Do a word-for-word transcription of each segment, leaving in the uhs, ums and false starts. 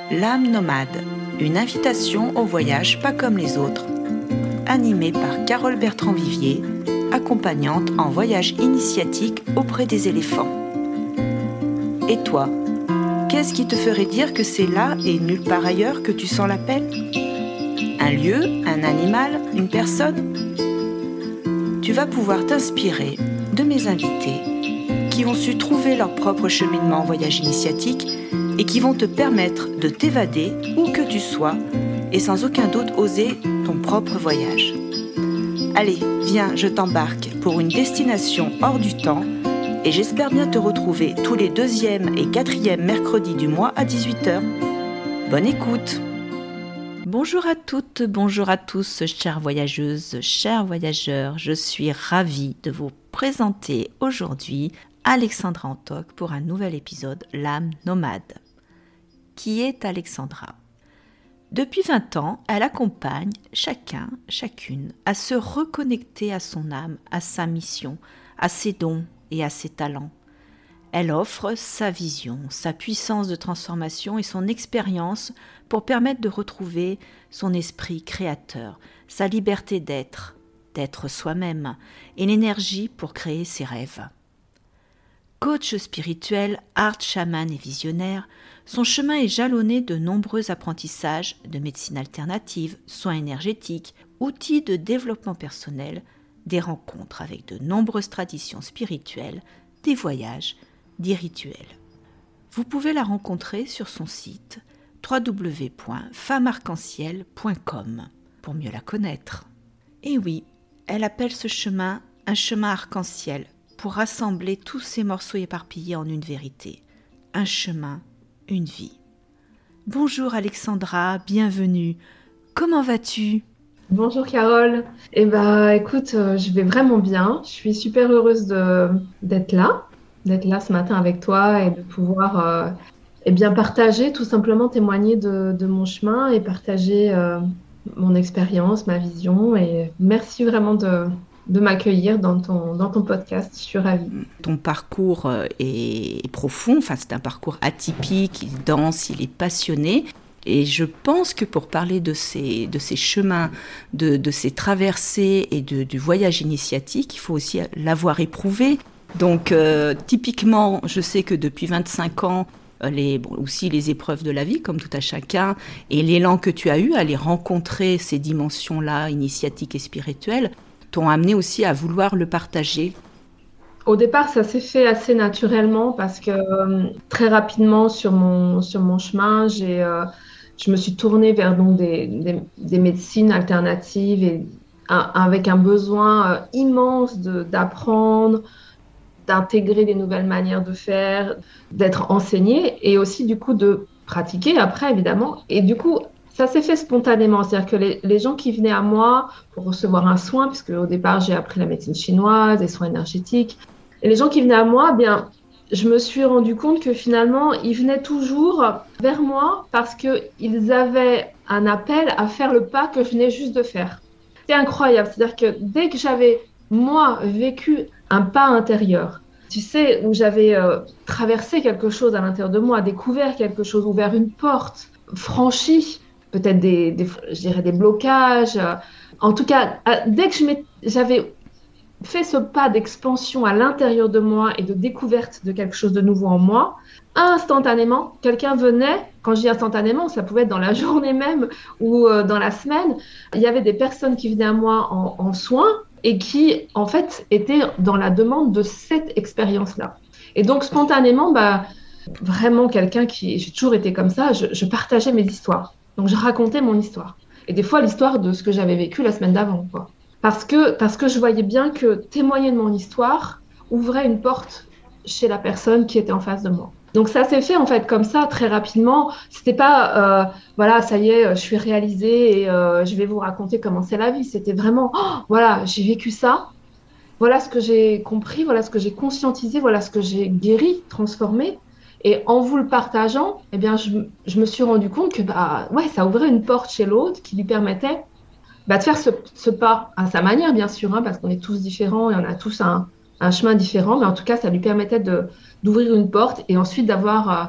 L'âme nomade, une invitation au voyage pas comme les autres. Animée par Carole Bertrand-Vivier, accompagnante en voyage initiatique auprès des éléphants. Et toi, qu'est-ce qui te ferait dire que c'est là et nulle part ailleurs que tu sens l'appel ? Un lieu, un animal, une personne ? Tu vas pouvoir t'inspirer de mes invités qui ont su trouver leur propre cheminement en voyage initiatique et qui vont te permettre de t'évader où que tu sois et sans aucun doute oser ton propre voyage. Allez, viens, je t'embarque pour une destination hors du temps et j'espère bien te retrouver tous les deuxième et quatrième mercredis du mois à dix-huit heures. Bonne écoute! Bonjour à toutes, bonjour à tous, chères voyageuses, chers voyageurs. Je suis ravie de vous présenter aujourd'hui Alexandra Antoc pour un nouvel épisode L'âme nomade. Qui est Alexandra ? Depuis vingt ans, elle accompagne chacun, chacune à se reconnecter à son âme, à sa mission, à ses dons et à ses talents. Elle offre sa vision, sa puissance de transformation et son expérience pour permettre de retrouver son esprit créateur, sa liberté d'être, d'être soi-même et l'énergie pour créer ses rêves. Coach spirituel, art chaman et visionnaire, son chemin est jalonné de nombreux apprentissages de médecine alternative, soins énergétiques, outils de développement personnel, des rencontres avec de nombreuses traditions spirituelles, des voyages, des rituels. Vous pouvez la rencontrer sur son site w w w point femme arc en ciel point com pour mieux la connaître. Et oui, elle appelle ce chemin un chemin arc-en-ciel pour rassembler tous ces morceaux éparpillés en une vérité. Un chemin, une vie. Bonjour Alexandra, bienvenue. Comment vas-tu ? Bonjour Carole. Eh ben, écoute, euh, je vais vraiment bien. Je suis super heureuse de, d'être là, d'être là ce matin avec toi et de pouvoir euh, eh bien, partager, tout simplement témoigner de, de mon chemin et partager euh, mon expérience, ma vision. Et merci vraiment de... de m'accueillir dans ton, dans ton podcast, je suis ravie. Ton parcours est profond, enfin c'est un parcours atypique, il danse, il est passionné. Et je pense que pour parler de ces, de ces chemins, de, de ces traversées et de, du voyage initiatique, il faut aussi l'avoir éprouvé. Donc euh, typiquement, je sais que depuis vingt-cinq ans, les, bon, aussi les épreuves de la vie, comme tout à chacun, et l'élan que tu as eu à aller rencontrer ces dimensions-là, initiatiques et spirituelles, t'ont amené aussi à vouloir le partager. Au départ, ça s'est fait assez naturellement parce que euh, très rapidement sur mon, sur mon chemin, j'ai, euh, je me suis tournée vers donc, des, des, des médecines alternatives et un, avec un besoin euh, immense de, d'apprendre, d'intégrer des nouvelles manières de faire, d'être enseignée et aussi du coup de pratiquer après évidemment. Et du coup, ça s'est fait spontanément, c'est-à-dire que les, les gens qui venaient à moi pour recevoir un soin, puisque au départ j'ai appris la médecine chinoise, les soins énergétiques, et les gens qui venaient à moi, eh bien, je me suis rendu compte que finalement ils venaient toujours vers moi parce qu'ils avaient un appel à faire le pas que je venais juste de faire. C'est incroyable, c'est-à-dire que dès que j'avais moi vécu un pas intérieur, tu sais, où j'avais euh, traversé quelque chose à l'intérieur de moi, découvert quelque chose, ouvert une porte, franchi peut-être des, des, je dirais des blocages. En tout cas, dès que je j'avais fait ce pas d'expansion à l'intérieur de moi et de découverte de quelque chose de nouveau en moi, instantanément, quelqu'un venait, quand je dis instantanément, ça pouvait être dans la journée même ou euh, dans la semaine, il y avait des personnes qui venaient à moi en, en soins et qui, en fait, étaient dans la demande de cette expérience-là. Et donc, spontanément, bah, vraiment quelqu'un qui... J'ai toujours été comme ça, je, je partageais mes histoires. Donc, je racontais mon histoire. Et des fois, l'histoire de ce que j'avais vécu la semaine d'avant, quoi. Parce que, parce que je voyais bien que témoigner de mon histoire ouvrait une porte chez la personne qui était en face de moi. Donc, ça s'est fait, en fait, comme ça, très rapidement. C'était pas, euh, voilà, ça y est, je suis réalisée et euh, je vais vous raconter comment c'est la vie. C'était vraiment, oh, voilà, j'ai vécu ça. Voilà ce que j'ai compris, voilà ce que j'ai conscientisé, voilà ce que j'ai guéri, transformé. Et en vous le partageant, eh bien, je, je me suis rendu compte que bah, ouais, ça ouvrait une porte chez l'autre qui lui permettait bah, de faire ce, ce pas à sa manière, bien sûr, hein, parce qu'on est tous différents et on a tous un, un chemin différent. Mais en tout cas, ça lui permettait de, d'ouvrir une porte et ensuite d'avoir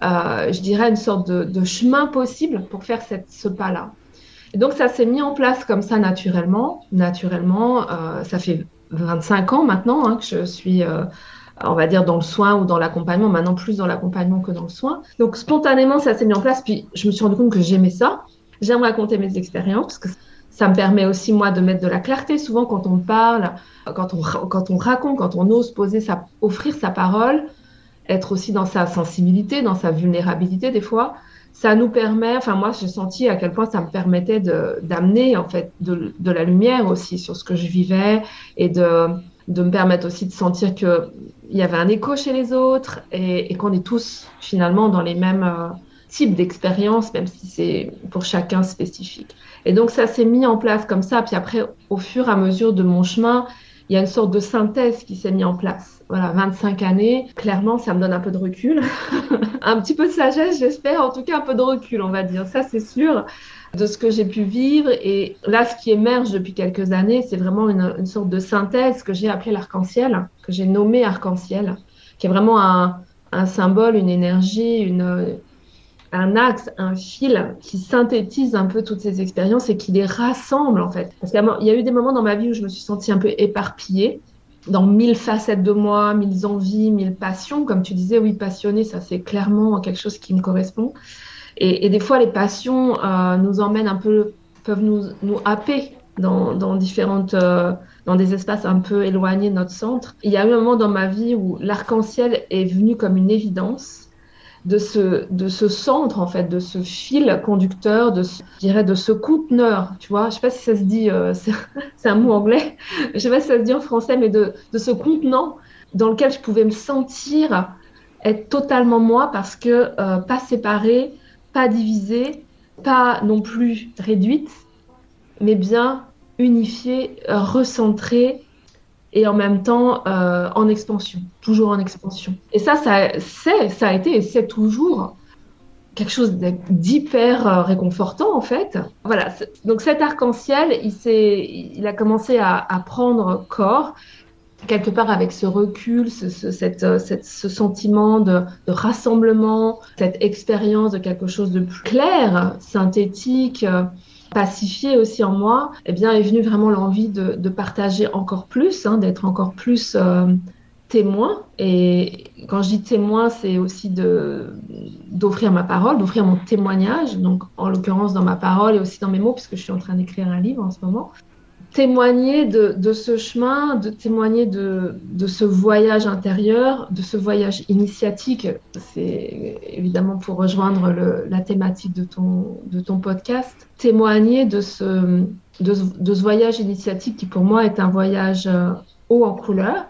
euh, je dirais, une sorte de, de chemin possible pour faire cette, ce pas-là. Et donc, ça s'est mis en place comme ça naturellement. Naturellement, euh, ça fait vingt-cinq ans maintenant hein, que je suis, euh, on va dire, dans le soin ou dans l'accompagnement, maintenant plus dans l'accompagnement que dans le soin. Donc, spontanément, ça s'est mis en place. Puis, je me suis rendu compte que j'aimais ça. J'aime raconter mes expériences parce que ça me permet aussi, moi, de mettre de la clarté. Souvent, quand on parle, quand on, quand on raconte, quand on ose poser sa, offrir sa parole, être aussi dans sa sensibilité, dans sa vulnérabilité des fois, ça nous permet, enfin moi j'ai senti à quel point ça me permettait de, d'amener en fait de, de la lumière aussi sur ce que je vivais et de, de me permettre aussi de sentir qu'il y avait un écho chez les autres et, et qu'on est tous finalement dans les mêmes euh, types d'expériences, même si c'est pour chacun spécifique. Et donc ça s'est mis en place comme ça, puis après au fur et à mesure de mon chemin, il y a une sorte de synthèse qui s'est mise en place. Voilà, vingt-cinq années, clairement, ça me donne un peu de recul. Un petit peu de sagesse, j'espère, en tout cas un peu de recul, on va dire. Ça, c'est sûr, de ce que j'ai pu vivre. Et là, ce qui émerge depuis quelques années, c'est vraiment une, une sorte de synthèse que j'ai appelée l'arc-en-ciel, que j'ai nommée arc-en-ciel, qui est vraiment un, un symbole, une énergie, une, un axe, un fil qui synthétise un peu toutes ces expériences et qui les rassemble, en fait. Parce qu'il y a eu des moments dans ma vie où je me suis sentie un peu éparpillée, dans mille facettes de moi, mille envies, mille passions. Comme tu disais, oui, passionnée, ça c'est clairement quelque chose qui me correspond. Et, et des fois, les passions euh, nous emmènent un peu, peuvent nous, nous happer dans, dans différentes, euh, dans des espaces un peu éloignés de notre centre. Il y a eu un moment dans ma vie où l'arc-en-ciel est venu comme une évidence de ce, de ce centre, en fait, de ce fil conducteur, de ce, je dirais, de ce conteneur, tu vois. Je sais pas si ça se dit, euh, c'est, c'est un mot anglais, je sais pas si ça se dit en français, mais de, de ce contenant dans lequel je pouvais me sentir être totalement moi parce que euh, pas séparée, pas divisée, pas non plus réduite, mais bien unifiée, euh, recentrée, et en même temps euh, en expansion, toujours en expansion. Et ça, ça, c'est, ça a été et c'est toujours quelque chose d'hyper euh, réconfortant en fait. Voilà, donc cet arc-en-ciel, il, s'est, il a commencé à, à prendre corps, quelque part avec ce recul, ce, ce, cette, cette, ce sentiment de, de rassemblement, cette expérience de quelque chose de plus clair, synthétique, euh, pacifié aussi en moi, eh bien, est venue vraiment l'envie de, de partager encore plus, hein, d'être encore plus euh, témoin. Et quand je dis témoin, c'est aussi de, d'offrir ma parole, d'offrir mon témoignage, donc en l'occurrence dans ma parole et aussi dans mes mots, puisque je suis en train d'écrire un livre en ce moment. Témoigner de, de ce chemin, de témoigner de, de ce voyage intérieur, de ce voyage initiatique. C'est évidemment pour rejoindre le, la thématique de ton, de ton podcast. Témoigner de ce, de, de ce voyage initiatique qui pour moi est un voyage haut en couleur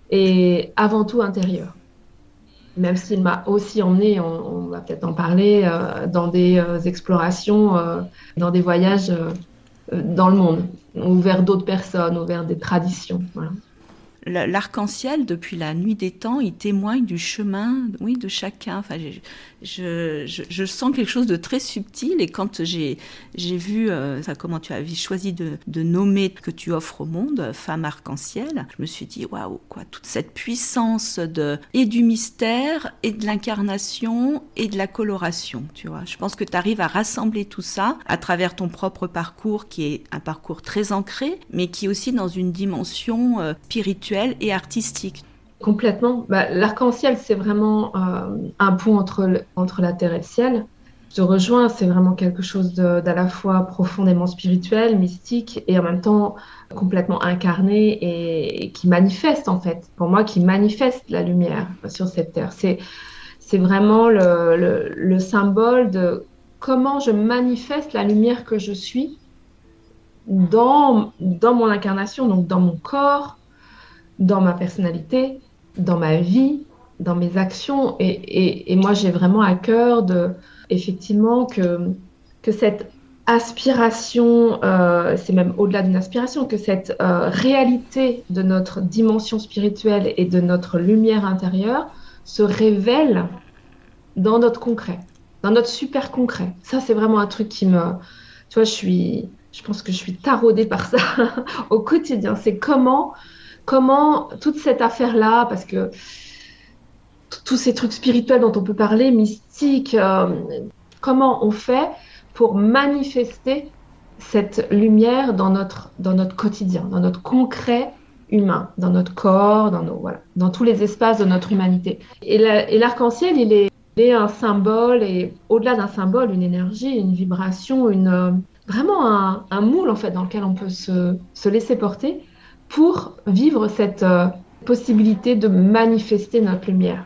et avant tout intérieur. Même s'il m'a aussi emmené, on, on va peut-être en parler, euh, dans des euh, explorations, euh, dans des voyages euh, dans le monde, ou vers d'autres personnes, ou vers des traditions. Voilà. L'arc-en-ciel, depuis la nuit des temps, il témoigne du chemin, oui, de chacun. Enfin, je, je, je, je sens quelque chose de très subtil. Et quand j'ai, j'ai vu euh, ça, comment tu as choisi de, de nommer que tu offres au monde, femme arc-en-ciel, je me suis dit, waouh, quoi, toute cette puissance de, et du mystère, et de l'incarnation, et de la coloration, tu vois. Je pense que tu arrives à rassembler tout ça à travers ton propre parcours, qui est un parcours très ancré, mais qui est aussi dans une dimension euh, spirituelle et artistique. Complètement. Bah, l'arc-en-ciel, c'est vraiment euh, un pont entre, le, entre la terre et le ciel. Je te rejoins, c'est vraiment quelque chose de, d'à la fois profondément spirituel, mystique, et en même temps complètement incarné et, et qui manifeste, en fait. Pour moi, qui manifeste la lumière sur cette terre. C'est, c'est vraiment le, le, le symbole de comment je manifeste la lumière que je suis dans, dans mon incarnation, donc dans mon corps, dans ma personnalité, dans ma vie, dans mes actions. Et, et, et moi, j'ai vraiment à cœur de, effectivement, que, que cette aspiration, euh, c'est même au-delà d'une aspiration, que cette euh, réalité de notre dimension spirituelle et de notre lumière intérieure se révèle dans notre concret, dans notre super concret. Ça, c'est vraiment un truc qui me... Tu vois, je suis... Je pense que je suis taraudée par ça au quotidien. C'est comment... Comment toute cette affaire-là, parce que tous ces trucs spirituels dont on peut parler, mystiques. Euh, comment on fait pour manifester cette lumière dans notre, dans notre quotidien, dans notre concret humain, dans notre corps, dans, nos, voilà, dans tous les espaces de notre humanité. Et, la, et l'arc-en-ciel, il est, il est un symbole, et au-delà d'un symbole, une énergie, une vibration, une, euh, vraiment un, un moule en fait, dans lequel on peut se, se laisser porter pour vivre cette euh, possibilité de manifester notre lumière.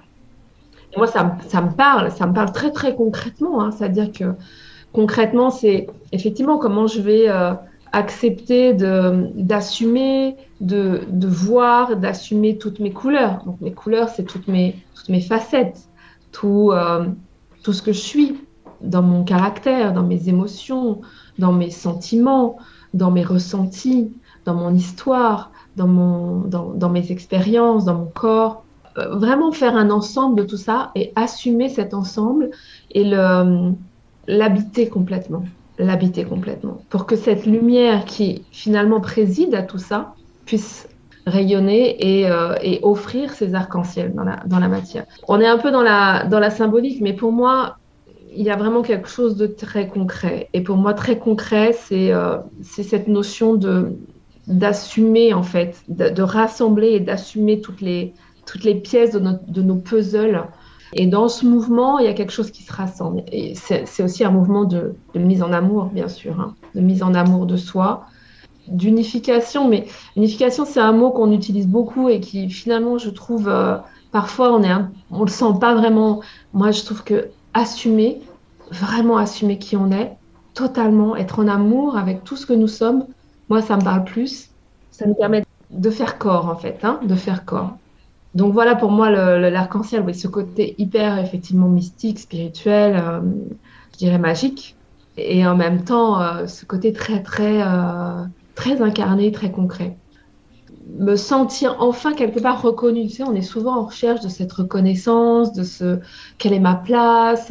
Et moi, ça, me- ça me parle, ça me parle très très concrètement, hein, c'est-à-dire que concrètement, c'est effectivement comment je vais euh, accepter de, d'assumer, de, de voir, d'assumer toutes mes couleurs. Donc mes couleurs, c'est toutes mes, toutes mes facettes, tout, euh, tout ce que je suis dans mon caractère, dans mes émotions, dans mes sentiments, dans mes ressentis, dans mon histoire, dans, mon, dans, dans mes expériences, dans mon corps. Euh, Vraiment faire un ensemble de tout ça et assumer cet ensemble et le l'habiter complètement, l'habiter complètement, pour que cette lumière qui finalement préside à tout ça puisse rayonner et, euh, et offrir ses arcs-en-ciel dans la, dans la matière. On est un peu dans la, dans la symbolique, mais pour moi, il y a vraiment quelque chose de très concret. Et pour moi, très concret, c'est euh, c'est cette notion de, d'assumer, en fait, de, de rassembler et d'assumer toutes les, toutes les pièces de, notre, de nos puzzles. Et dans ce mouvement, il y a quelque chose qui se rassemble. Et c'est, c'est aussi un mouvement de, de mise en amour, bien sûr, hein, de mise en amour de soi, d'unification. Mais unification, c'est un mot qu'on utilise beaucoup et qui, finalement, je trouve, euh, parfois, on est un- on le sent pas vraiment. Moi, je trouve que assumer, vraiment assumer qui on est, totalement, être en amour avec tout ce que nous sommes, moi, ça me parle plus. Ça nous permet de faire corps, en fait, hein, de faire corps. Donc voilà pour moi le, le- l'arc-en-ciel, oui, ce côté hyper effectivement mystique, spirituel, euh, je dirais magique, et en même temps euh, ce côté très très euh, très incarné, très concret. Me sentir enfin quelque part reconnue. Tu sais, on est souvent en recherche de cette reconnaissance, de ce quelle est ma place,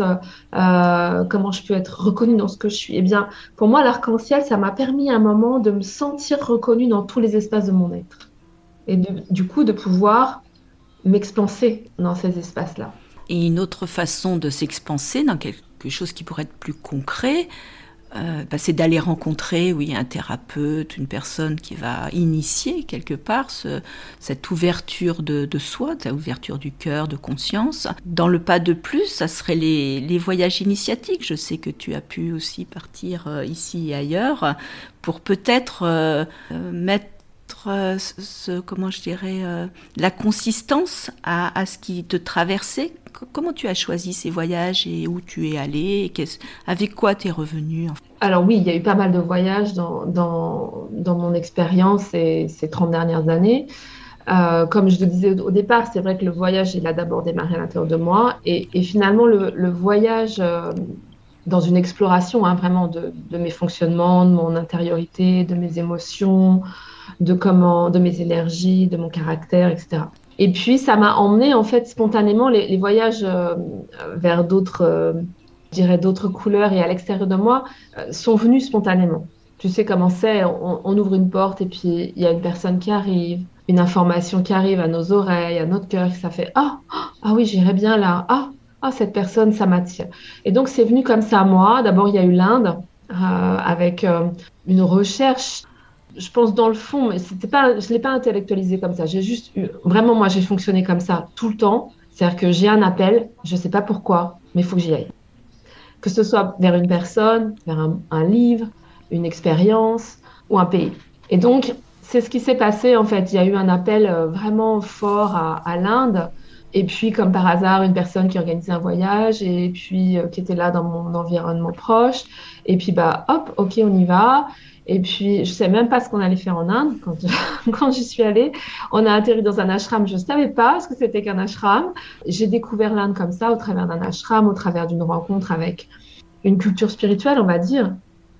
euh, comment je peux être reconnue dans ce que je suis. Eh bien, pour moi, l'arc-en-ciel, ça m'a permis à un moment de me sentir reconnue dans tous les espaces de mon être, et de- du coup de pouvoir m'expanser dans ces espaces-là. Et une autre façon de s'expanser dans quelque chose qui pourrait être plus concret, euh, bah, c'est d'aller rencontrer, oui, un thérapeute, une personne qui va initier quelque part ce- cette ouverture de, de soi, cette ouverture du cœur, de conscience. Dans le pas de plus, ça serait les, les voyages initiatiques. Je sais que tu as pu aussi partir euh, ici et ailleurs pour peut-être euh, euh, mettre euh, ce, comment je dirais, euh, la consistance à, à ce qui te traversait. C- Comment tu as choisi ces voyages et où tu es allé et qu'est-ce- avec quoi tu es revenu? Alors oui, il y a eu pas mal de voyages dans, dans, dans mon expérience ces, ces trente dernières années. Euh, comme je te disais au au départ, c'est vrai que le voyage, il a d'abord démarré à l'intérieur de moi. Et, et finalement, le, le voyage euh, dans une exploration, hein, vraiment de, de mes fonctionnements, de mon intériorité, de mes émotions, de comment, de mes énergies, de mon caractère, et cetera. Et puis, ça m'a emmené en fait spontanément les, les voyages euh, vers d'autres, euh, je dirais d'autres couleurs et à l'extérieur de moi euh, sont venus spontanément. Tu sais comment c'est, on, on ouvre une porte et puis il y a une personne qui arrive, une information qui arrive à nos oreilles, à notre cœur, et ça fait ah ah ah oui, j'irai bien là, ah ah cette personne ça m'attire. Et donc c'est venu comme ça à moi. D'abord il y a eu l'Inde euh, avec euh, une recherche, je pense dans le fond, mais c'était pas, je l'ai pas intellectualisé comme ça. J'ai juste eu, vraiment, moi, j'ai fonctionné comme ça tout le temps. C'est-à-dire que j'ai un appel, je sais pas pourquoi, mais il faut que j'y aille. Que ce soit vers une personne, vers un, un livre, une expérience ou un pays. Et donc, c'est ce qui s'est passé, en fait. Il y a eu un appel euh, vraiment fort à, à l'Inde. Et puis, comme par hasard, une personne qui organisait un voyage et puis euh, qui était là dans mon environnement proche. Et puis, bah, hop, ok, on y va. Et puis, je sais même pas ce qu'on allait faire en Inde quand, quand j'y suis allée. On a atterri dans un ashram. Je savais pas ce que c'était qu'un ashram. J'ai découvert l'Inde comme ça, au travers d'un ashram, au travers d'une rencontre avec une culture spirituelle, on va dire.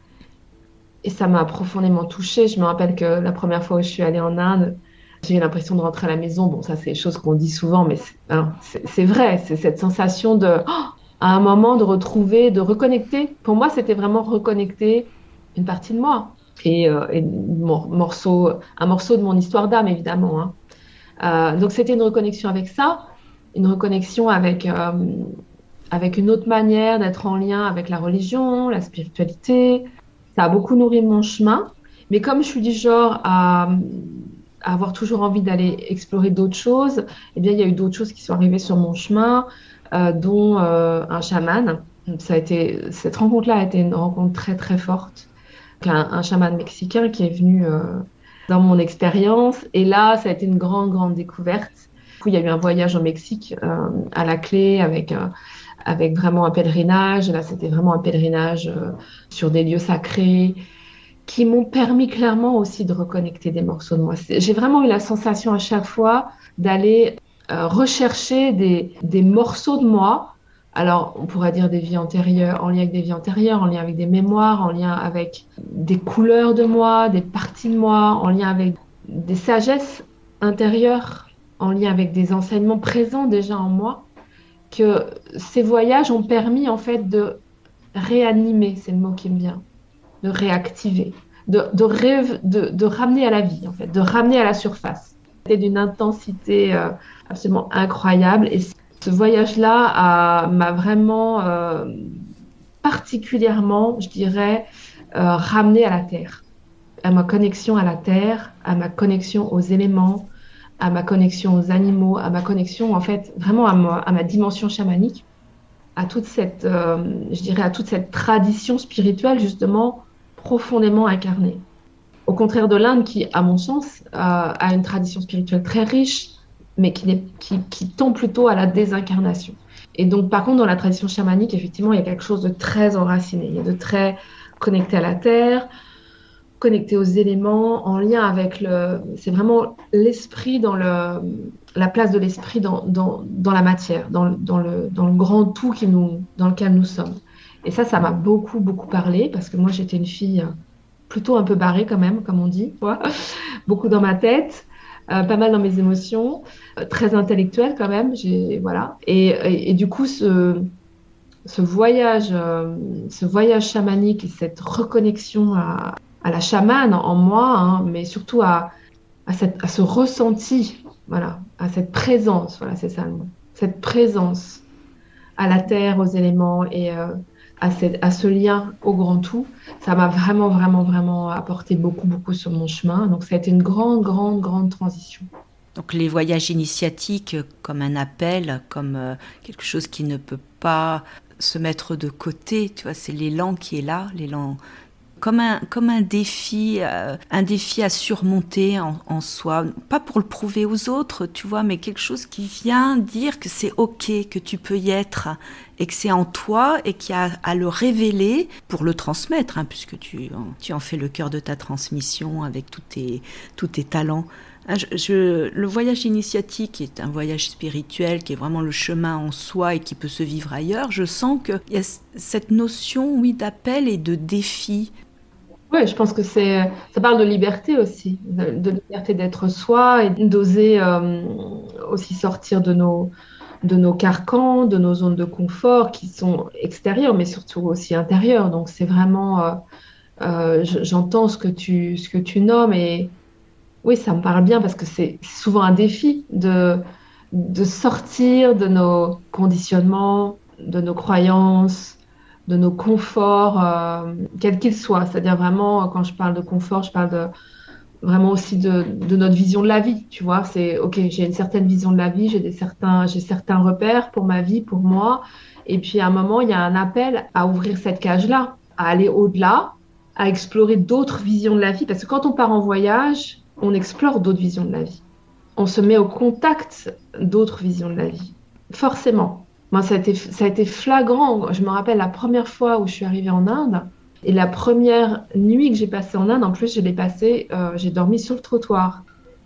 Et ça m'a profondément touchée. Je me rappelle que la première fois où je suis allée en Inde, j'ai eu l'impression de rentrer à la maison. Bon, ça, c'est des choses qu'on dit souvent, mais c'est, hein, c'est, c'est vrai. C'est cette sensation de, oh, à un moment, de retrouver, de reconnecter. Pour moi, c'était vraiment reconnecter une partie de moi. Et, euh, et mon morceau, un morceau de mon histoire d'âme, évidemment, hein. Euh, donc, c'était une reconnexion avec ça. une reconnexion avec, euh, avec une autre manière d'être en lien avec la religion, la spiritualité. Ça a beaucoup nourri mon chemin. Mais comme je suis du genre à, à avoir toujours envie d'aller explorer d'autres choses, eh bien, il y a eu d'autres choses qui sont arrivées sur mon chemin, euh, dont euh, un chaman. Ça a été, cette rencontre-là a été une rencontre très, très forte. Un, un chaman mexicain qui est venu euh, dans mon expérience. Et là, ça a été une grande, grande découverte. Du coup, il y a eu un voyage au Mexique euh, à la clé avec... Euh, avec vraiment un pèlerinage. Là, c'était vraiment un pèlerinage euh, sur des lieux sacrés qui m'ont permis clairement aussi de reconnecter des morceaux de moi. C'est- J'ai vraiment eu la sensation à chaque fois d'aller euh, rechercher des, des morceaux de moi. Alors, on pourrait dire des vies antérieures, en lien avec des vies antérieures, en lien avec des mémoires, en lien avec des couleurs de moi, des parties de moi, en lien avec des sagesses intérieures, en lien avec des enseignements présents déjà en moi, que ces voyages ont permis en fait de réanimer, c'est le mot qui me vient, de réactiver, de, de, rêve, de, de ramener à la vie en fait, de ramener à la surface. C'était d'une intensité euh, absolument incroyable et ce voyage-là a- m'a vraiment euh, particulièrement, je dirais, euh, ramené à la terre, à ma connexion à la terre, à ma connexion aux éléments, à ma connexion aux animaux, à ma connexion, en fait, vraiment à ma, à ma dimension chamanique, à toute cette, euh, je dirais, à toute cette tradition spirituelle, justement, profondément incarnée. Au contraire de l'Inde, qui, à mon sens, euh, a une tradition spirituelle très riche, mais qui, n'est, qui, qui tend plutôt à la désincarnation. Et donc, par contre, dans la tradition chamanique, effectivement, il y a quelque chose de très enraciné, il y a de très connecté à la terre, connecté aux éléments, en lien avec le... C'est vraiment l'esprit dans le... la place de l'esprit dans, dans, dans la matière, dans, le- dans, le, dans le grand tout qui nous, dans lequel nous sommes. Et ça, ça m'a beaucoup, beaucoup parlé, parce que moi, j'étais une fille euh, plutôt un peu barrée quand même, comme on dit, tu vois. Beaucoup dans ma tête, euh, pas mal dans mes émotions, euh, très intellectuelle quand même, j'ai, voilà. Et, et, et du coup, ce, ce voyage, euh, ce voyage chamanique et cette reconnexion à, à la chamane en moi, hein, mais surtout à, à, cette, à ce ressenti, voilà, à cette présence, voilà, c'est ça le mot, cette présence à la terre, aux éléments et euh, à, cette- à ce lien au grand tout, ça m'a vraiment, vraiment, vraiment apporté beaucoup, beaucoup sur mon chemin. Donc, ça a été une grande, grande, grande transition. Donc les voyages initiatiques euh, comme un appel, comme euh, quelque chose qui ne peut pas se mettre de côté, tu vois, c'est l'élan qui est là, l'élan comme un, comme un défi, euh, un défi à surmonter en, en soi, pas pour le prouver aux autres, tu vois, mais quelque chose qui vient dire que c'est ok, que tu peux y être, et que c'est en toi, et qu'il y a à le révéler pour le transmettre, hein, puisque tu, tu en fais le cœur de ta transmission avec tous tes, tous tes talents. Je, je, le voyage initiatique est un voyage spirituel qui est vraiment le chemin en soi et qui peut se vivre ailleurs. Je sens qu'il y a cette notion, oui, d'appel et de défi. Oui, je pense que c'est, ça parle de liberté aussi, de, de liberté d'être soi et d'oser euh, aussi sortir de nos, de nos carcans, de nos zones de confort qui sont extérieures, mais surtout aussi intérieures. Donc, c'est vraiment, euh, euh, je- j'entends ce que tu, ce que tu nommes et oui, ça me parle bien parce que c'est souvent un défi de, de sortir de nos conditionnements, de nos croyances, de nos conforts, euh, quels qu'ils soient. C'est-à-dire vraiment, quand je parle de confort, je parle de, vraiment aussi de, de notre vision de la vie. Tu vois, c'est OK, j'ai une certaine vision de la vie, j'ai des certains, j'ai certains repères pour ma vie, pour moi. Et puis à un moment, il y a un appel à ouvrir cette cage-là, à aller au-delà, à explorer d'autres visions de la vie. Parce que quand on part en voyage, on explore d'autres visions de la vie. On se met au contact d'autres visions de la vie. Forcément. Moi, ça a été, ça a été flagrant. Je me rappelle la première fois où je suis arrivée en Inde et la première nuit que j'ai passée en Inde, en plus, je l'ai passée, euh, j'ai dormi sur le trottoir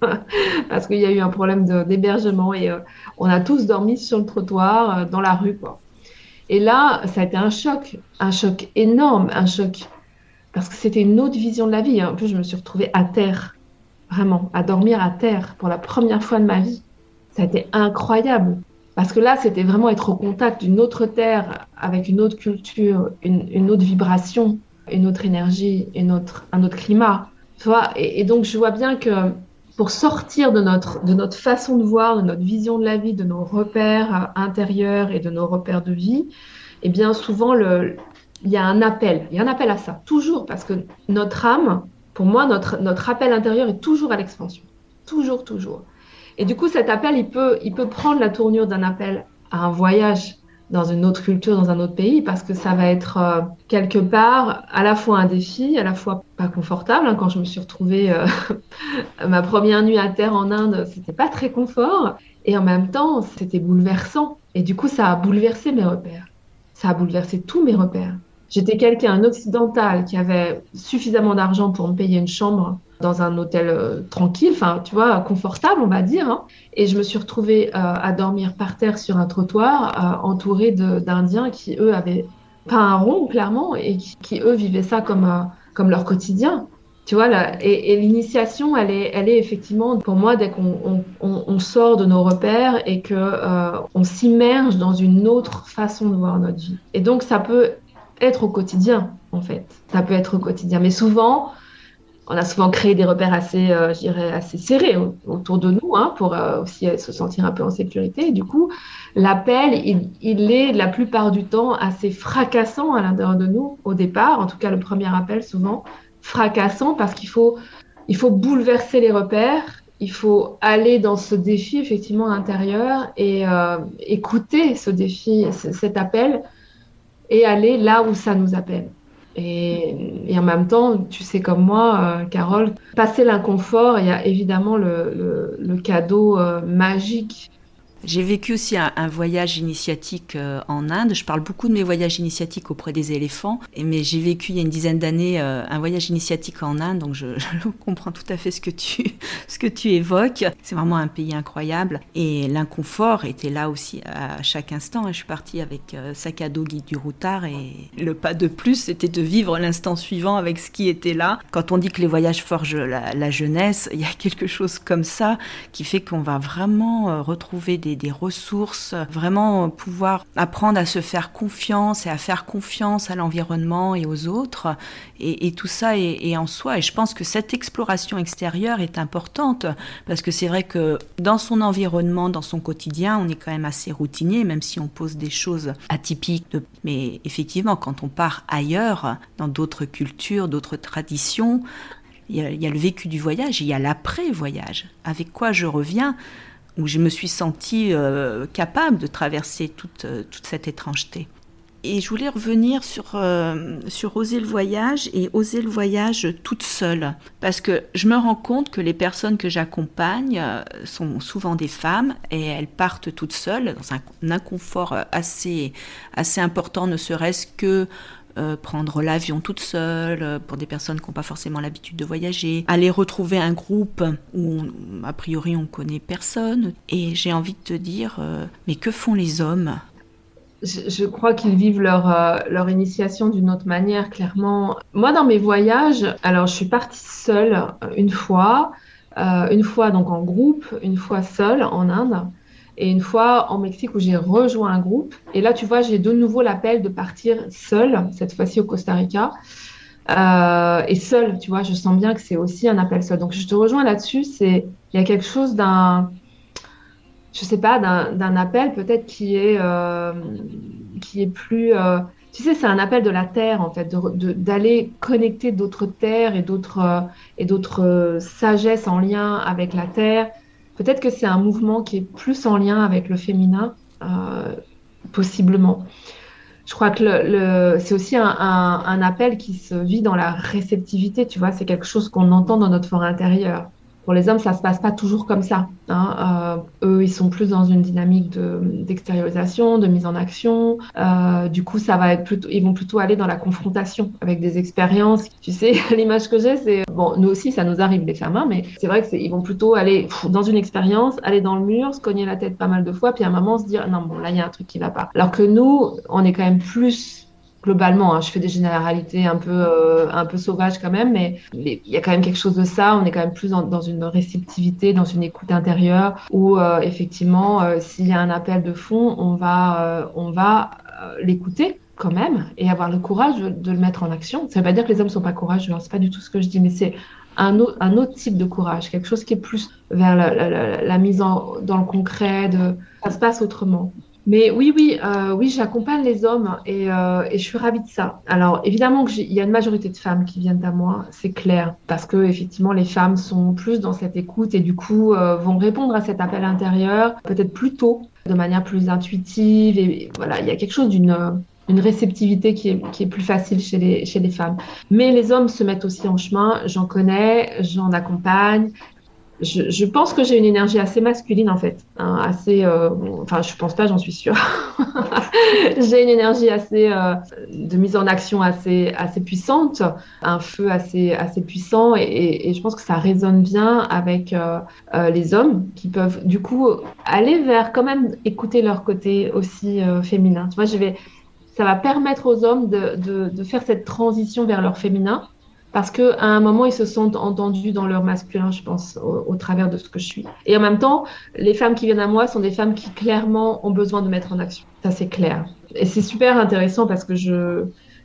parce qu'il y a eu un problème de- d'hébergement et euh, on a tous dormi sur le trottoir, euh, dans la rue, quoi. Et là, ça a été un choc, un choc énorme, un choc parce que c'était une autre vision de la vie. En plus, je me suis retrouvée à terre, vraiment, à dormir à terre pour la première fois de ma vie. Ça a été incroyable. Parce que là, c'était vraiment être au contact d'une autre terre, avec une autre culture, une, une autre vibration, une autre énergie, une autre, un autre climat. Tu vois, et, et donc, je vois bien que pour sortir de notre, de notre façon de voir, de notre vision de la vie, de nos repères intérieurs et de nos repères de vie, eh bien souvent, le, il y a un appel. Il y a un appel à ça, toujours, parce que notre âme, pour moi, notre, notre appel intérieur est toujours à l'expansion. Toujours, toujours. Et du coup, cet appel, il peut, il peut prendre la tournure d'un appel à un voyage dans une autre culture, dans un autre pays, parce que ça va être euh, quelque part à la fois un défi, à la fois pas confortable. Hein. Quand je me suis retrouvée euh, ma première nuit à terre en Inde, c'était pas très confort, et en même temps, c'était bouleversant. Et du coup, ça a bouleversé mes repères. Ça a bouleversé tous mes repères. J'étais quelqu'un, un occidental, qui avait suffisamment d'argent pour me payer une chambre dans un hôtel euh, tranquille, enfin, tu vois, confortable, on va dire. Hein. Et je me suis retrouvée euh, à dormir par terre sur un trottoir, euh, entourée de, d'Indiens qui, eux, avaient pas un rond, clairement, et qui, qui eux, vivaient ça comme, euh, comme leur quotidien. Tu vois, là, et, et l'initiation, elle est, elle est effectivement, pour moi, dès qu'on on, on, on sort de nos repères et qu'on euh, s'immerge dans une autre façon de voir notre vie. Et donc, ça peut être au quotidien, en fait. Ça peut être au quotidien. Mais souvent, on a souvent créé des repères assez, euh, je dirais, assez serrés autour de nous, hein, pour euh, aussi se sentir un peu en sécurité. Et du coup, l'appel, il, il est la plupart du temps assez fracassant à l'intérieur de nous, au départ. En tout cas, le premier appel, souvent, fracassant parce qu'il faut, il faut bouleverser les repères. Il faut aller dans ce défi, effectivement, intérieur et euh, écouter ce défi, c- cet appel et aller là où ça nous appelle. Et, et en même temps, tu sais comme moi, euh, Carole, passer l'inconfort, il y a évidemment le, le, le cadeau euh, magique. J'ai vécu aussi un, un voyage initiatique euh, en Inde. Je parle beaucoup de mes voyages initiatiques auprès des éléphants, et, mais j'ai vécu il y a une dizaine d'années euh, un voyage initiatique en Inde, donc je, je comprends tout à fait ce que tu, ce que tu évoques. C'est vraiment un pays incroyable, et l'inconfort était là aussi à chaque instant. Je suis partie avec euh, sac à dos guide du routard, et le pas de plus, c'était de vivre l'instant suivant avec ce qui était là. Quand on dit que les voyages forgent la, la jeunesse, il y a quelque chose comme ça qui fait qu'on va vraiment euh, retrouver des Des, des ressources, vraiment pouvoir apprendre à se faire confiance et à faire confiance à l'environnement et aux autres. Et, et tout ça est, est en soi. Et je pense que cette exploration extérieure est importante parce que c'est vrai que dans son environnement, dans son quotidien, on est quand même assez routinier, même si on pose des choses atypiques. De... Mais effectivement, quand on part ailleurs, dans d'autres cultures, d'autres traditions, il y a, il y a le vécu du voyage et il y a l'après-voyage. Avec quoi je reviens, où je me suis sentie euh, capable de traverser toute, euh, toute cette étrangeté. Et je voulais revenir sur, euh, sur oser le voyage et oser le voyage toute seule. Parce que je me rends compte que les personnes que j'accompagne euh, sont souvent des femmes et elles partent toutes seules dans un, un inconfort assez, assez important, ne serait-ce que Euh, prendre l'avion toute seule, euh, pour des personnes qui n'ont pas forcément l'habitude de voyager, aller retrouver un groupe où, on, a priori, on ne connaît personne. Et j'ai envie de te dire, euh, mais que font les hommes ? Je, je crois qu'ils vivent leur, euh, leur initiation d'une autre manière, clairement. Moi, dans mes voyages, alors je suis partie seule euh, une fois, euh, une fois donc en groupe, une fois seule en Inde. Et une fois en Mexique où j'ai rejoint un groupe. Et là, tu vois, j'ai de nouveau l'appel de partir seule, cette fois-ci au Costa Rica. Euh, et seule, tu vois, je sens bien que c'est aussi un appel seul. Donc, je te rejoins là-dessus. C'est, il y a quelque chose d'un, je sais pas, d'un, d'un appel peut-être qui est, euh, qui est plus... Euh, tu sais, c'est un appel de la terre, en fait, de, de, d'aller connecter d'autres terres et d'autres, euh, et d'autres euh, sagesses en lien avec la terre. Peut-être que c'est un mouvement qui est plus en lien avec le féminin, euh, possiblement. Je crois que le, le, c'est aussi un, un, un appel qui se vit dans la réceptivité, tu vois, c'est quelque chose qu'on entend dans notre fort intérieur. Pour les hommes, ça ne se passe pas toujours comme ça. Hein. Euh, eux, ils sont plus dans une dynamique de, d'extériorisation, de mise en action. Euh, du coup, ça va être plutôt, ils vont plutôt aller dans la confrontation avec des expériences. Tu sais, l'image que j'ai, c'est... Bon, nous aussi, ça nous arrive, les femmes, hein, mais c'est vrai qu'ils vont plutôt aller pff, dans une expérience, aller dans le mur, se cogner la tête pas mal de fois, puis à un moment se dire, non, bon, là, il y a un truc qui ne va pas. Alors que nous, on est quand même plus... Globalement, hein, je fais des généralités un peu, euh, un peu sauvages quand même, mais il y a quand même quelque chose de ça. On est quand même plus dans, dans une réceptivité, dans une écoute intérieure, où euh, effectivement, euh, s'il y a un appel de fond, on va, euh, on va euh, l'écouter quand même et avoir le courage de, de le mettre en action. Ça ne veut pas dire que les hommes ne sont pas courageux, hein, c'est pas du tout ce que je dis, mais c'est un, autre, un autre type de courage, quelque chose qui est plus vers la, la, la, la mise en, dans le concret, de, ça se passe autrement. Mais oui, oui, euh, oui, j'accompagne les hommes et, euh, et je suis ravie de ça. Alors évidemment qu'il y a une majorité de femmes qui viennent à moi, c'est clair, parce que effectivement les femmes sont plus dans cette écoute et du coup euh, vont répondre à cet appel intérieur peut-être plus tôt, de manière plus intuitive. Et, et voilà, il y a quelque chose d'une une réceptivité qui est, qui est plus facile chez les, chez les femmes. Mais les hommes se mettent aussi en chemin, j'en connais, j'en accompagne. Je, je pense que j'ai une énergie assez masculine en fait, hein, assez, euh, enfin je pense pas, j'en suis sûre. J'ai une énergie assez euh, de mise en action assez assez puissante, un feu assez assez puissant et, et, et je pense que ça résonne bien avec euh, euh, les hommes qui peuvent du coup aller vers quand même écouter leur côté aussi euh, féminin. Tu vois, je vais, ça va permettre aux hommes de, de, de faire cette transition vers leur féminin. Parce qu'à un moment, ils se sentent entendus dans leur masculin, je pense, au, au travers de ce que je suis. Et en même temps, les femmes qui viennent à moi sont des femmes qui, clairement, ont besoin de mettre en action. Ça, c'est clair. Et c'est super intéressant parce que je...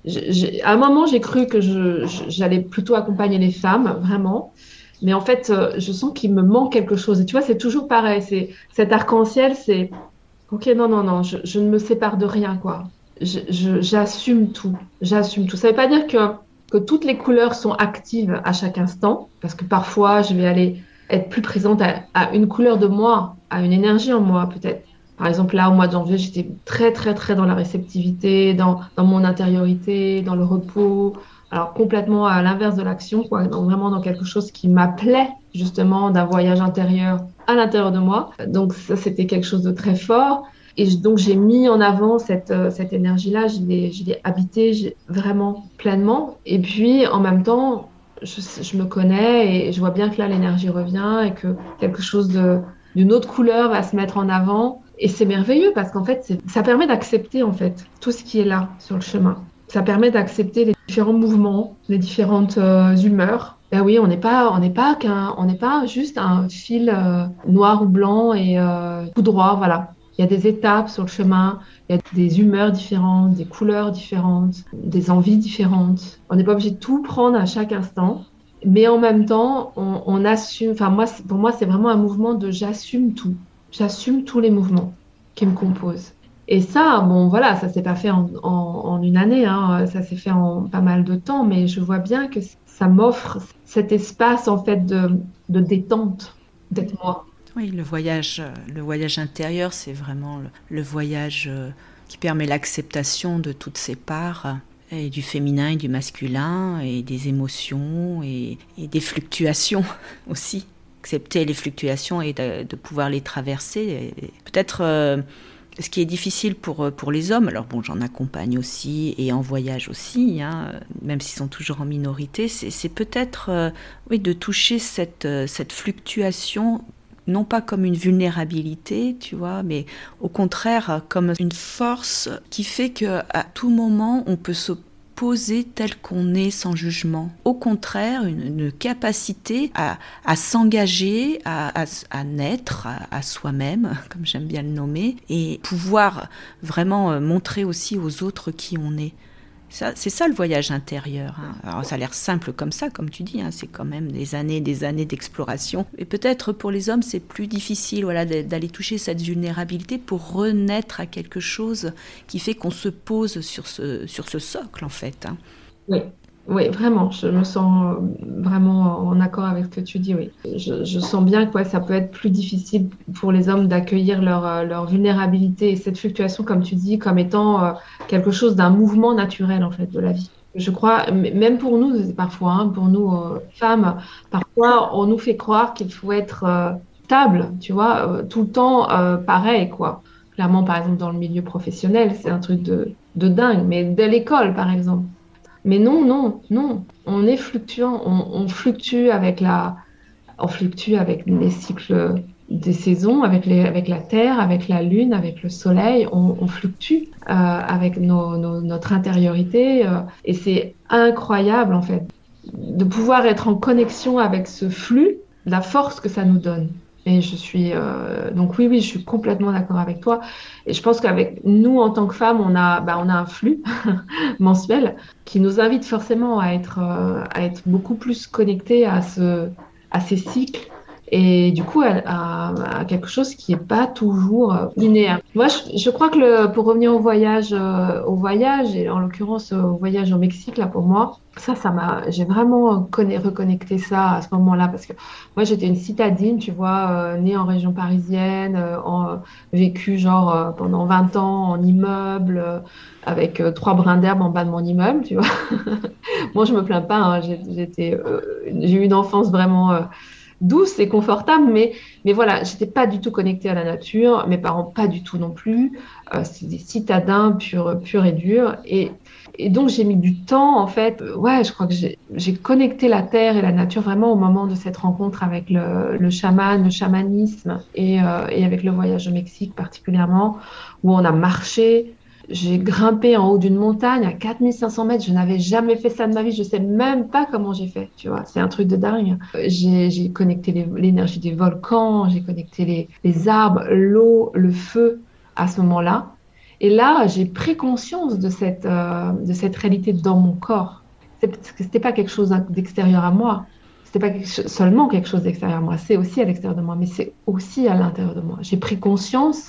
je à un moment, j'ai cru que je, je, j'allais plutôt accompagner les femmes, vraiment. Mais en fait, je sens qu'il me manque quelque chose. Et tu vois, c'est toujours pareil. C'est, cet arc-en-ciel, c'est... OK, non, non, non, je, je ne me sépare de rien, quoi. Je, je, j'assume tout. J'assume tout. Ça ne veut pas dire que... que toutes les couleurs sont actives à chaque instant, parce que parfois, je vais aller être plus présente à, à une couleur de moi, à une énergie en moi, peut-être. Par exemple, là, au mois de janvier, j'étais très, très, très dans la réceptivité, dans, dans mon intériorité, dans le repos. Alors, complètement à l'inverse de l'action, quoi, donc vraiment dans quelque chose qui m'appelait, justement, d'un voyage intérieur à l'intérieur de moi. Donc, ça, c'était quelque chose de très fort. Et donc, j'ai mis en avant cette, euh, cette énergie-là, je l'ai, je l'ai habitée vraiment pleinement. Et puis, en même temps, je, je me connais et je vois bien que là, l'énergie revient et que quelque chose de, d'une autre couleur va se mettre en avant. Et c'est merveilleux parce qu'en fait, c'est, ça permet d'accepter en fait tout ce qui est là sur le chemin. Ça permet d'accepter les différents mouvements, les différentes euh, humeurs. Ben oui, on n'est pas, on n'est pas qu'un, on n'est pas juste un fil euh, noir ou blanc et euh, tout droit, voilà. Il y a des étapes sur le chemin, il y a des humeurs différentes, des couleurs différentes, des envies différentes. On n'est pas obligé de tout prendre à chaque instant, mais en même temps, on, on assume. Enfin, moi, pour moi, c'est vraiment un mouvement de j'assume tout. J'assume tous les mouvements qui me composent. Et ça, bon, voilà, ça s'est pas fait en, en, en une année, hein, ça s'est fait en pas mal de temps, mais je vois bien que ça m'offre cet espace en fait de, de détente, d'être moi. Oui, le voyage, le voyage intérieur, c'est vraiment le, le voyage qui permet l'acceptation de toutes ces parts, et du féminin et du masculin, et des émotions, et, et des fluctuations aussi. Accepter les fluctuations et de, de pouvoir les traverser. Et peut-être euh, ce qui est difficile pour, pour les hommes, alors bon, j'en accompagne aussi, et en voyage aussi, hein, même s'ils sont toujours en minorité, c'est, c'est peut-être euh, oui, de toucher cette, cette fluctuation, non pas comme une vulnérabilité, tu vois, mais au contraire comme une force qui fait qu'à tout moment, on peut se poser tel qu'on est sans jugement. Au contraire, une, une capacité à, à s'engager, à, à, à naître à, à soi-même, comme j'aime bien le nommer, et pouvoir vraiment montrer aussi aux autres qui on est. Ça, c'est ça le voyage intérieur. Hein. Alors ça a l'air simple comme ça, comme tu dis, hein. C'est quand même des années, des années d'exploration. Et peut-être pour les hommes, c'est plus difficile, voilà, d'aller toucher cette vulnérabilité pour renaître à quelque chose qui fait qu'on se pose sur ce, sur ce socle, en fait. Hein. Oui. Oui, vraiment, je me sens vraiment en accord avec ce que tu dis, oui. Je, je sens bien que ouais, ça peut être plus difficile pour les hommes d'accueillir leur, leur vulnérabilité et cette fluctuation, comme tu dis, comme étant euh, quelque chose d'un mouvement naturel, en fait, de la vie. Je crois, même pour nous, parfois, hein, pour nous, euh, femmes, parfois, on nous fait croire qu'il faut être euh, stable, tu vois, euh, tout le temps euh, pareil, quoi. Clairement, par exemple, dans le milieu professionnel, c'est un truc de, de dingue, mais dès l'école, par exemple. Mais non, non, non. On est fluctuant. On, on fluctue avec la, on fluctue avec les cycles des saisons, avec les, avec la Terre, avec la Lune, avec le Soleil. On, on fluctue euh, avec nos, nos, notre intériorité. Euh, et c'est incroyable en fait de pouvoir être en connexion avec ce flux, la force que ça nous donne. Et je suis euh, donc oui, oui, je suis complètement d'accord avec toi. Et je pense qu'avec nous, en tant que femmes, on a, bah, on a un flux mensuel qui nous invite forcément à être, euh, à être beaucoup plus connectés à ce, à ces cycles et du coup à, à- à quelque chose qui n'est pas toujours euh, linéaire. Moi, je, je crois que le, pour revenir au voyage, euh, au voyage et en l'occurrence euh, au voyage au Mexique, là pour moi, ça, ça m'a, j'ai vraiment conne- reconnecté ça à ce moment-là parce que moi, j'étais une citadine, tu vois, euh, née en région parisienne, euh, en, vécu genre euh, pendant vingt ans en immeuble, euh, avec euh, trois brins d'herbe en bas de mon immeuble, tu vois. Moi, je me plains pas, hein, j'ai, j'étais, euh, j'ai eu une enfance vraiment euh, douce et confortable, mais, mais voilà, j'étais pas du tout connectée à la nature, mes parents pas du tout non plus. Euh, c'est des citadins purs, purs et durs. Et, et donc, j'ai mis du temps, en fait. Euh, Ouais, je crois que j'ai, j'ai connecté la terre et la nature vraiment au moment de cette rencontre avec le, le chaman, le chamanisme et, euh, et avec le voyage au Mexique particulièrement, où on a marché. J'ai grimpé en haut d'une montagne à quatre mille cinq cents mètres. Je n'avais jamais fait ça de ma vie. Je sais même pas comment j'ai fait. Tu vois, c'est un truc de dingue. J'ai, j'ai connecté les- l'énergie des volcans, j'ai connecté les, les arbres, l'eau, le feu à ce moment-là. Et là, j'ai pris conscience de cette, euh, de cette réalité dans mon corps. C'est- C'était pas quelque chose d'extérieur à moi. C'était pas quelque cho- seulement quelque chose d'extérieur à moi. C'est aussi à l'extérieur de moi, mais c'est aussi à l'intérieur de moi. J'ai pris conscience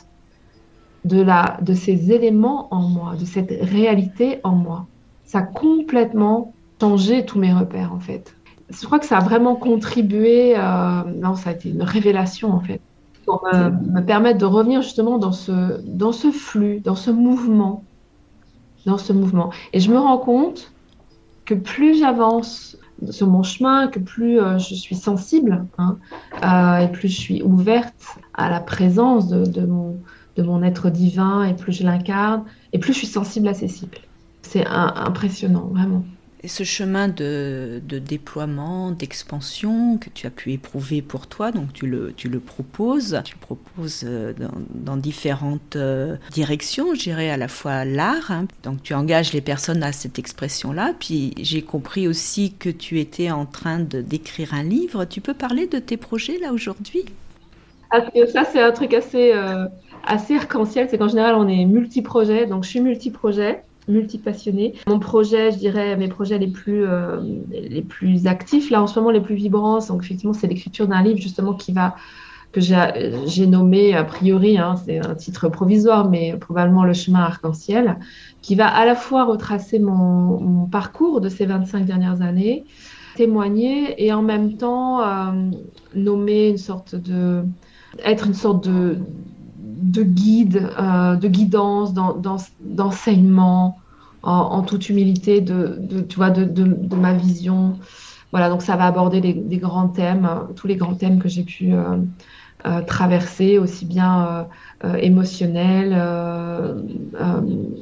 de la, de ces éléments en moi, de cette réalité en moi. Ça a complètement changé tous mes repères, en fait. Je crois que ça a vraiment contribué, euh, non, ça a été une révélation, en fait, pour me, me permettre de revenir justement dans ce, dans ce flux, dans ce mouvement, dans ce mouvement. Et je me rends compte que plus j'avance sur mon chemin, que plus euh, je suis sensible, hein, euh, et plus je suis ouverte à la présence de, de mon, de mon être divin, et plus je l'incarne, et plus je suis sensible à ces cycles. C'est un- impressionnant, vraiment. Et ce chemin de, de déploiement, d'expansion que tu as pu éprouver pour toi, donc tu le, tu le proposes, tu le proposes euh, dans, dans différentes euh, directions, je dirais à la fois l'art, hein. Donc tu engages les personnes à cette expression-là, puis j'ai compris aussi que tu étais en train de, d'écrire un livre. Tu peux parler de tes projets là aujourd'hui? Parce que ça, c'est un truc assez, euh, assez arc-en-ciel. C'est qu'en général, on est multi-projet. Donc, je suis multi-projet, multi-passionnée. Mon projet, je dirais, mes projets les plus, euh, les plus actifs, là, en ce moment, les plus vibrants, donc, effectivement, c'est l'écriture d'un livre, justement, qui va, que j'ai, j'ai nommé, a priori, hein, c'est un titre provisoire, mais probablement Le chemin arc-en-ciel, qui va à la fois retracer mon, mon parcours de ces vingt-cinq dernières années, témoigner et en même temps, euh, nommer une sorte de être une sorte de, de guide, euh, de guidance, dans, dans- d'enseignement, en, en toute humilité de, de, tu vois, de, de, de ma vision. Voilà, donc ça va aborder les, les grands thèmes, euh, tous les grands thèmes que j'ai pu euh, euh, traverser, aussi bien euh, euh, émotionnels, euh, euh,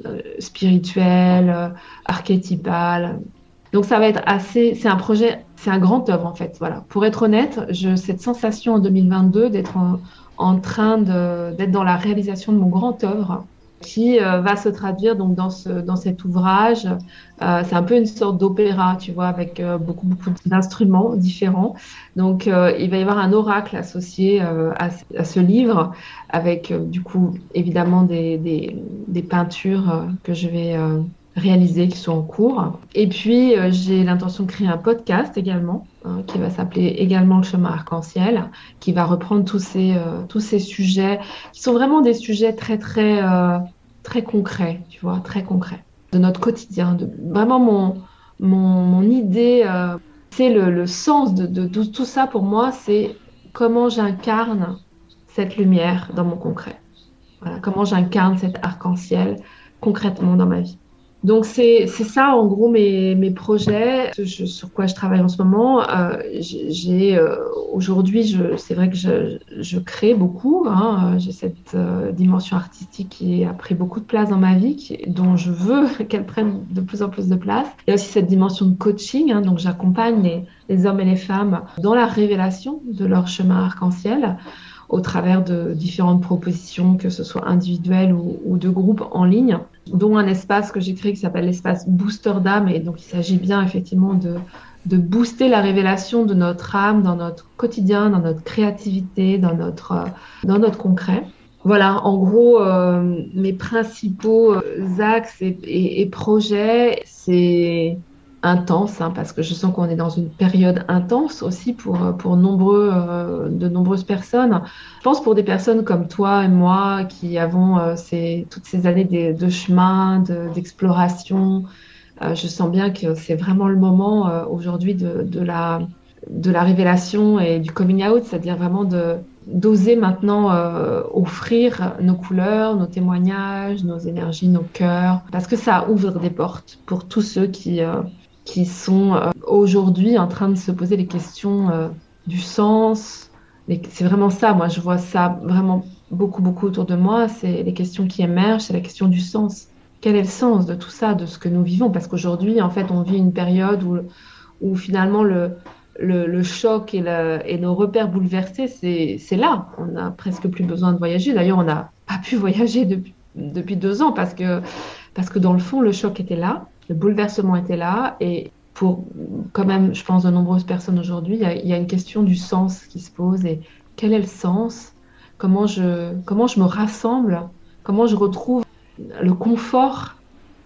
spirituels, euh, archétypal. Donc ça va être assez, c'est un projet, c'est un grand œuvre en fait. Voilà. Pour être honnête, je, cette sensation en deux mille vingt-deux d'être en, en train de, d'être dans la réalisation de mon grand œuvre qui euh, va se traduire donc dans ce, dans cet ouvrage. Euh, c'est un peu une sorte d'opéra, tu vois, avec euh, beaucoup, beaucoup d'instruments différents. Donc, euh, il va y avoir un oracle associé euh, à, à ce livre, avec euh, du coup, évidemment, des, des, des peintures euh, que je vais euh, réalisées qui sont en cours. Et puis, euh, j'ai l'intention de créer un podcast également, hein, qui va s'appeler également Le chemin arc-en-ciel, qui va reprendre tous ces, euh, tous ces sujets, qui sont vraiment des sujets très, très, euh, très concrets, tu vois, très concrets, de notre quotidien. De, vraiment, mon, mon, mon idée, euh, c'est le, le sens de, de, de tout ça pour moi, c'est comment j'incarne cette lumière dans mon concret. Voilà, comment j'incarne cet arc-en-ciel concrètement dans ma vie. Donc, c'est, c'est ça, en gros, mes, mes projets, je- sur quoi je travaille en ce moment. Euh, j'ai, j'ai, euh, aujourd'hui, je, c'est vrai que je, je crée beaucoup, hein. J'ai cette euh, dimension artistique qui a pris beaucoup de place dans ma vie, qui- dont je veux qu'elle prenne de plus en plus de place. Il y a aussi cette dimension de coaching, hein, donc j'accompagne les, les hommes et les femmes dans la révélation de leur chemin arc-en-ciel au travers de différentes propositions, que ce soit individuelles ou, ou de groupes en ligne, dont un espace que j'ai créé qui s'appelle l'espace Booster d'âme. Et donc, il s'agit bien effectivement de, de booster la révélation de notre âme dans notre quotidien, dans notre créativité, dans notre, euh, dans notre concret. Voilà, en gros, euh, mes principaux axes et, et, et projets, c'est intense, hein, parce que je sens qu'on est dans une période intense aussi pour, pour nombreux, euh, de nombreuses personnes. Je pense pour des personnes comme toi et moi qui avons euh, ces, toutes ces années de, de chemin, de, d'exploration, euh, je sens bien que c'est vraiment le moment euh, aujourd'hui de, de, la, de la révélation et du coming out, c'est-à-dire vraiment de, d'oser maintenant euh, offrir nos couleurs, nos témoignages, nos énergies, nos cœurs, parce que ça ouvre des portes pour tous ceux qui... Euh, qui sont euh, aujourd'hui en train de se poser les questions euh, du sens. Les, c'est vraiment ça, moi je vois ça vraiment beaucoup, beaucoup autour de moi, c'est les questions qui émergent, c'est la question du sens. Quel est le sens de tout ça, de ce que nous vivons? Parce qu'aujourd'hui, en fait, on vit une période où, où finalement le, le, le choc et, le, et nos repères bouleversés, c'est, c'est là. On n'a presque plus besoin de voyager. D'ailleurs, on n'a pas pu voyager depuis, depuis deux ans parce que, parce que dans le fond, le choc était là. Le bouleversement était là et pour quand même, je pense, de nombreuses personnes aujourd'hui, il y a, il y a une question du sens qui se pose et quel est le sens? Comment je, comment je me rassemble? Comment je retrouve le confort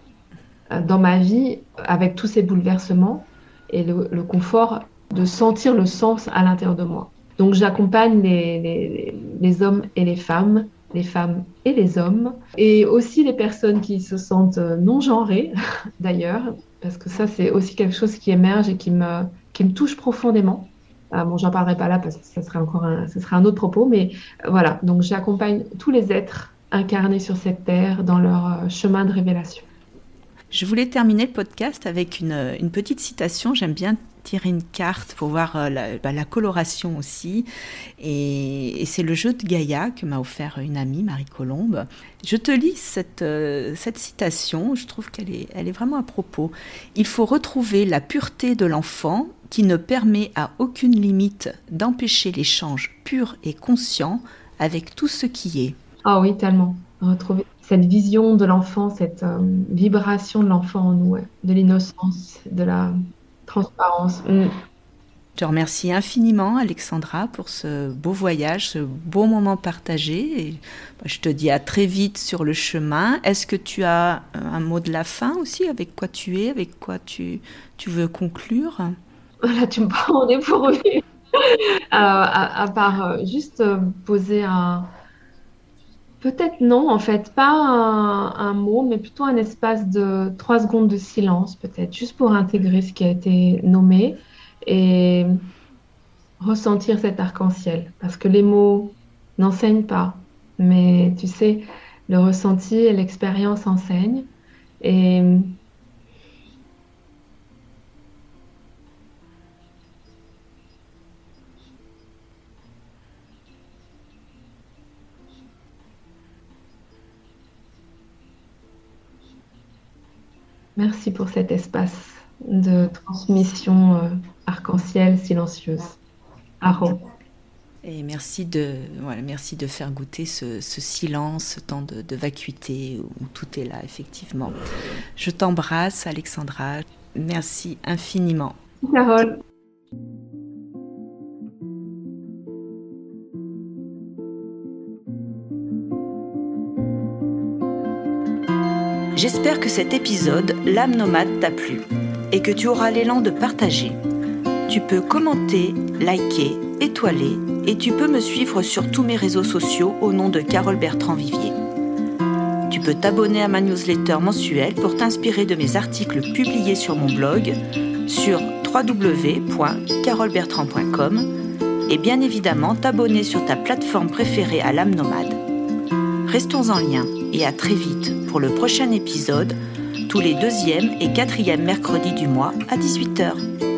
dans ma vie avec tous ces bouleversements et le, le confort de sentir le sens à l'intérieur de moi. Donc j'accompagne les, les, les hommes et les femmes, les femmes et les hommes, et aussi les personnes qui se sentent non-genrées, d'ailleurs, parce que ça, c'est aussi quelque chose qui émerge et qui me, qui me touche profondément. Euh, bon, j'en parlerai pas là parce que ça serait encore un, ça serait un autre propos, mais euh, voilà. Donc, j'accompagne tous les êtres incarnés sur cette terre dans leur euh, chemin de révélation. Je voulais terminer le podcast avec une, une petite citation. J'aime bien tirer une carte pour voir euh, la, bah, la coloration aussi. Et, et c'est le jeu de Gaïa que m'a offert une amie, Marie Colombe. Je te lis cette, euh, cette citation. Je trouve qu'elle est, elle est vraiment à propos. « Il faut retrouver la pureté de l'enfant qui ne permet à aucune limite d'empêcher l'échange pur et conscient avec tout ce qui est. » Ah oui, tellement. Retrouver cette vision de l'enfant, cette euh, vibration de l'enfant en nous, ouais. De l'innocence, de la transparence. Mm. Je te remercie infiniment, Alexandra, pour ce beau voyage, ce beau moment partagé. Et je te dis à très vite sur le chemin. Est-ce que tu as un mot de la fin aussi? Avec quoi tu es? Avec quoi tu, tu veux conclure? Là, tu me prends au dépourvu. euh, à, à part euh, juste euh, poser un... Peut-être non, en fait, pas un, un mot, mais plutôt un espace de trois secondes de silence, peut-être, juste pour intégrer ce qui a été nommé et ressentir cet arc-en-ciel. Parce que les mots n'enseignent pas, mais tu sais, le ressenti et l'expérience enseignent. Et merci pour cet espace de transmission euh, arc-en-ciel silencieuse. Aho. Et merci de, voilà, merci de faire goûter ce, ce silence, ce temps de, de vacuité où tout est là, effectivement. Je t'embrasse, Alexandra. Merci infiniment. Carole. J'espère que cet épisode, L'âme nomade, t'a plu et que tu auras l'élan de partager. Tu peux commenter, liker, étoiler et tu peux me suivre sur tous mes réseaux sociaux au nom de Carole Bertrand-Vivier. Tu peux t'abonner à ma newsletter mensuelle pour t'inspirer de mes articles publiés sur mon blog sur w w w point carole bertrand point com et bien évidemment t'abonner sur ta plateforme préférée à l'âme nomade. Restons en lien et à très vite pour le prochain épisode, tous les deuxième et quatrième mercredis du mois à dix-huit heures.